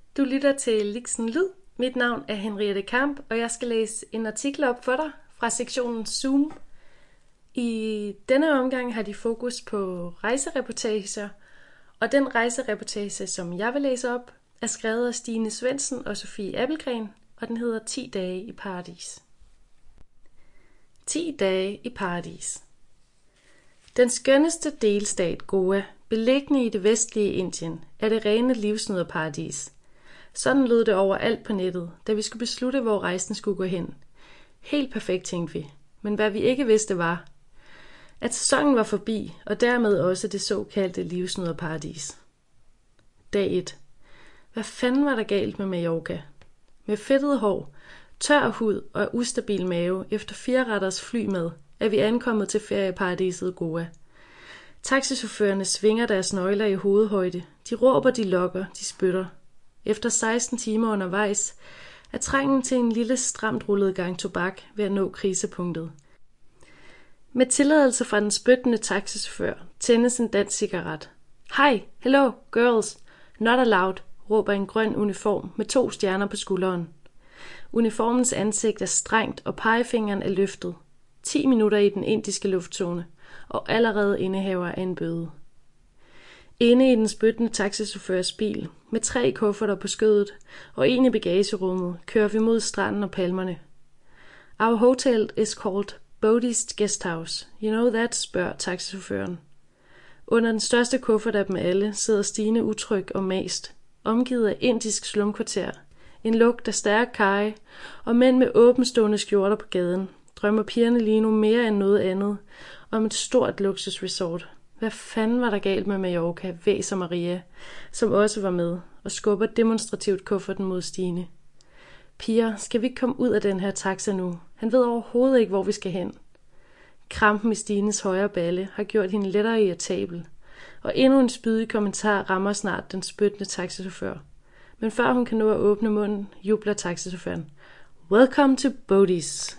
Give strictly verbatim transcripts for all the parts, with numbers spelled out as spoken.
Du lytter til Liksen Lyd. Mit navn er Henriette Kamp, og jeg skal læse en artikel op for dig fra sektionen Zoom. I denne omgang har de fokus på rejsereportager, og den rejsereportage, som jeg vil læse op, er skrevet af Stine Svendsen og Sofie Appelgren, og den hedder ti dage i paradis. ti dage i paradis. Den skønneste delstat Goa, beliggende i det vestlige Indien, er det rene livsnyderparadis. Sådan lød det overalt på nettet, da vi skulle beslutte, hvor rejsen skulle gå hen. Helt perfekt, tænkte vi. Men hvad vi ikke vidste var, at sæsonen var forbi, og dermed også det såkaldte livsnyderparadis. Dag et. Hvad fanden var der galt med Mallorca? Med fedtet hår, tør hud og ustabil mave efter fire retters flymad, er vi ankommet til ferieparadiset Goa. Taxichaufførerne svinger deres nøgler i hovedhøjde. De råber, de lokker, de spytter. Efter seksten timer undervejs er trængen til en lille stramt rullet gang tobak ved at nå krisepunktet. Med tilladelse fra den spyttende taxichauffør tændes en dansk cigaret. Hi, hello, girls, not allowed, råber en grøn uniform med to stjerner på skulderen. Uniformens ansigt er strengt, og pegefingeren er løftet. Ti minutter i den indiske luftzone, og allerede indehaver af en bøde. Inde i den spyttende taxichaufførs bil, med tre kufferter på skødet og en i bagagerummet, kører vi mod stranden og palmerne. Our hotel is called Bodhi's Guest House. You know that, spørger taxichaufføren. Under den største kuffert af dem alle sidder Stine utryg og mast, omgivet af indisk slumkvarter, en lugt af stærk karry og mænd med åbenstående skjorter på gaden, drømmer pigerne lige nu mere end noget andet om et stort luksusresort. Hvad fanden var der galt med Mallorca, væser Maria, som også var med, og skubber demonstrativt kufferten mod Stine. Piger, skal vi ikke komme ud af den her taxa nu? Han ved overhovedet ikke, hvor vi skal hen. Krampen i Stines højre balle har gjort hende lettere irritabel, og endnu en spydig kommentar rammer snart den spyttende taxichauffør. Men før hun kan nå at åbne munden, jubler taxichaufføren. Welcome to Bodhi's.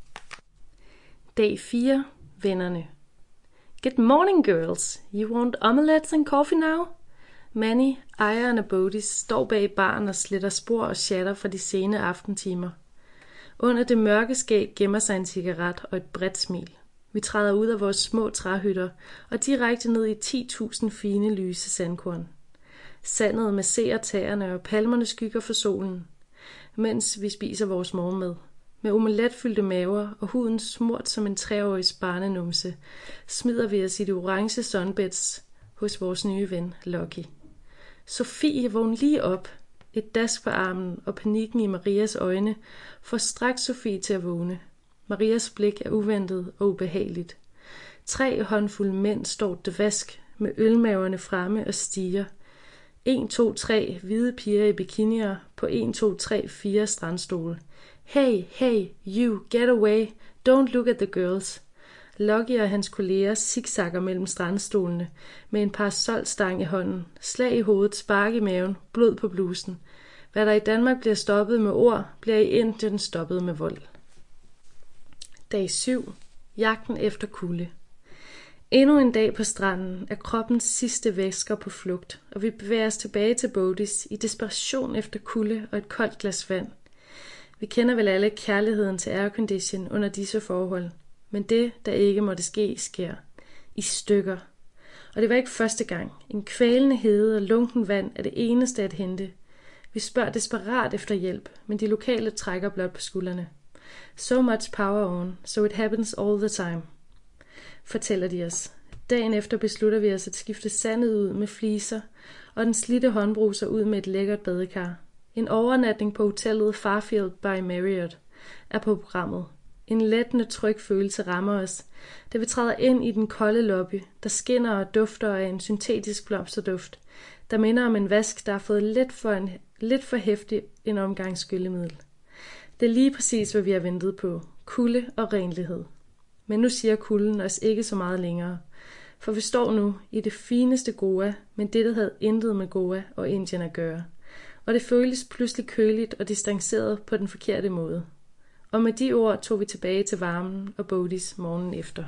Dag fire. Vennerne. Good morning, girls. You want omelettes and coffee now? Manny, ejeren af Bodhi's, står bag baren og sletter spor og chatter fra de sene aftentimer. Under det mørke skæg gemmer sig en cigaret og et bredt smil. Vi træder ud af vores små træhytter og direkte ned i ti tusind fine lyse sandkorn. Sandet masserer tæerne, og palmerne skygger for solen, mens vi spiser vores morgenmad. Med omeletfyldte maver og huden smurt som en treårigs barnenumse, smider vi os i de orange sunbeds hos vores nye ven, Lucky. Sofie vågn lige op. Et dask på armen og panikken i Marias øjne får straks Sofie til at vågne. Marias blik er uventet og ubehageligt. Tre håndfulde mænd står dvask med ølmaverne fremme og stiger. En, to, tre hvide piger i bikinier på en, to, tre, fire strandstole. Hey, hey, you, get away, don't look at the girls. Lucky og hans kolleger zigzagger mellem strandstolene med en parasolstang i hånden, slag i hovedet, spark i maven, blod på blusen. Hvad der i Danmark bliver stoppet med ord, bliver i Indien stoppet med vold. Dag syv. Jagten efter kulde. Endnu en dag på stranden er kroppens sidste væsker på flugt, og vi bevæger os tilbage til Bodhi's i desperation efter kulde og et koldt glas vand. Vi kender vel alle kærligheden til aircondition under disse forhold, men det, der ikke måtte ske, sker. I stykker. Og det var ikke første gang. En kvælende hede og lunken vand er det eneste at hente. Vi spørger desperat efter hjælp, men de lokale trækker blot på skuldrene. So much power on, so it happens all the time, fortæller de os. Dagen efter beslutter vi os at skifte sandet ud med fliser, og den slidte håndbruser ud med et lækkert badekar. En overnatning på hotellet Fairfield by Marriott er på programmet. En lettende tryg følelse rammer os, da vi træder ind i den kolde lobby, der skinner og dufter af en syntetisk blomsterduft, der minder om en vask, der har fået lidt for, en, lidt for hæftig en omgang skyllemiddel. Det er lige præcis, hvad vi har ventet på. Kulde og renlighed. Men nu siger kulden os ikke så meget længere, for vi står nu i det fineste Goa, men dette havde intet med Goa og Indien at gøre. Og det føles pludselig køligt og distanceret på den forkerte måde. Og med de ord tog vi tilbage til varmen og Bodhi's morgen efter.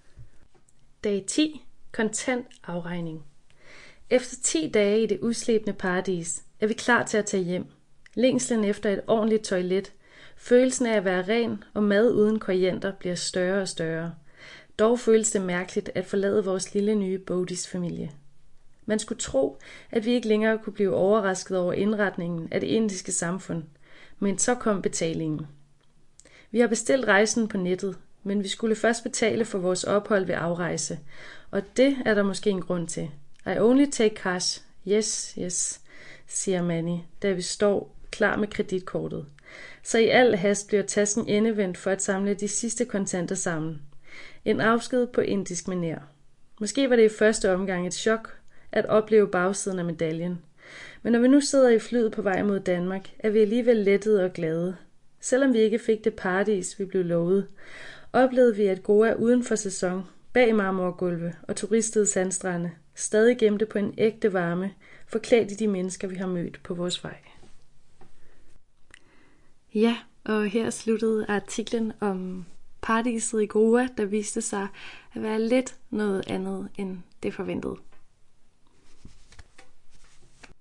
Dag ti. Kontant afregning. Efter ti dage i det udslæbende paradis er vi klar til at tage hjem. Længslen efter et ordentligt toilet, følelsen af at være ren og mad uden koriander bliver større og større. Dog føles det mærkeligt at forlade vores lille nye Bodis-familie. Man skulle tro, at vi ikke længere kunne blive overrasket over indretningen af det indiske samfund, men så kom betalingen. Vi har bestilt rejsen på nettet, men vi skulle først betale for vores ophold ved afrejse, og det er der måske en grund til. I only take cash. Yes, yes, siger Manny, da vi står klar med kreditkortet. Så i al hast bliver tasken endevendt for at samle de sidste kontanter sammen. En afsked på indisk manér. Måske var det i første omgang et chok at opleve bagsiden af medaljen. Men når vi nu sidder i flyet på vej mod Danmark, er vi alligevel lettede og glade. Selvom vi ikke fik det paradis, vi blev lovet, oplevede vi, at Goa uden for sæson, bag marmorgulve og turistede sandstrande, stadig gemte på en ægte varme, forklædt i de mennesker, vi har mødt på vores vej. Ja, og her sluttede artiklen om paradiset i Goa, der viste sig at være lidt noget andet end det forventede.